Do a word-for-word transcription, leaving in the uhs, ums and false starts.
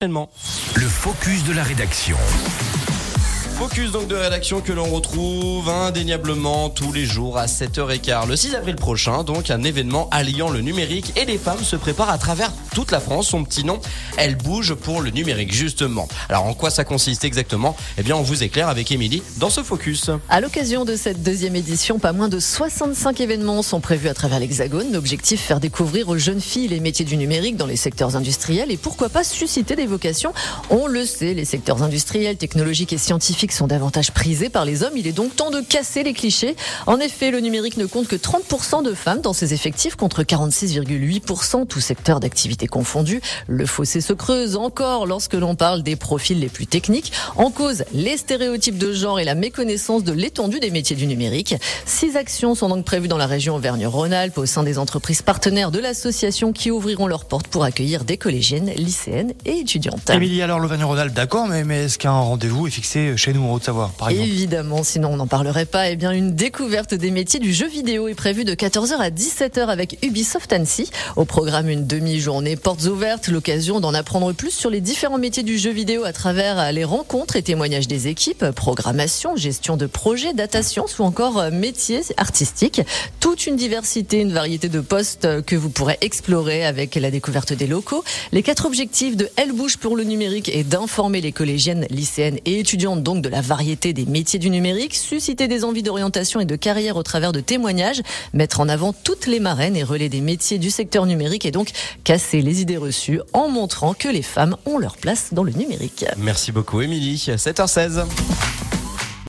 Le focus de la rédaction. Focus donc de rédaction que l'on retrouve indéniablement tous les jours à sept heures quinze. Le six avril prochain, donc, un événement alliant le numérique et les femmes se prépare à travers toute la France. Son petit nom, Elle bouge pour le numérique, justement. Alors, en quoi ça consiste exactement ? Eh bien, on vous éclaire avec Émilie dans ce Focus. À l'occasion de cette deuxième édition, pas moins de soixante-cinq événements sont prévus à travers l'Hexagone. L'objectif, faire découvrir aux jeunes filles les métiers du numérique dans les secteurs industriels et pourquoi pas susciter des vocations. On le sait, les secteurs industriels, technologiques et scientifiques sont davantage prisés par les hommes. Il est donc temps de casser les clichés. En effet, le numérique ne compte que trente pour cent de femmes dans ses effectifs contre quarante-six virgule huit pour cent, tous secteurs d'activité confondus. Le fossé se creuse encore lorsque l'on parle des profils les plus techniques. En cause, les stéréotypes de genre et la méconnaissance de l'étendue des métiers du numérique. Six actions sont donc prévues dans la région Auvergne-Rhône-Alpes au sein des entreprises partenaires de l'association qui ouvriront leurs portes pour accueillir des collégiennes, lycéennes et étudiantes. Émilie, alors l'Auvergne-Rhône-Alpes, d'accord, mais, mais est-ce qu'un rendez-vous est fixé chez nous en Haute-Savoie, par exemple ? Évidemment, sinon on n'en parlerait pas. Eh bien, une découverte des métiers du jeu vidéo est prévue de quatorze heures à dix-sept heures avec Ubisoft Annecy. Au programme, une demi-journée portes ouvertes, l'occasion d'en apprendre plus sur les différents métiers du jeu vidéo à travers les rencontres et témoignages des équipes, programmation, gestion de projets, data science ou encore métiers artistiques. Toute une diversité, une variété de postes que vous pourrez explorer avec la découverte des locaux. Les quatre objectifs de Elle bouge pour le numérique est d'informer les collégiennes, lycéennes et étudiantes donc de la variété des métiers du numérique, susciter des envies d'orientation et de carrière au travers de témoignages, mettre en avant toutes les marraines et relais des métiers du secteur numérique et donc casser les idées reçues en montrant que les femmes ont leur place dans le numérique. Merci beaucoup Émilie, sept heures seize.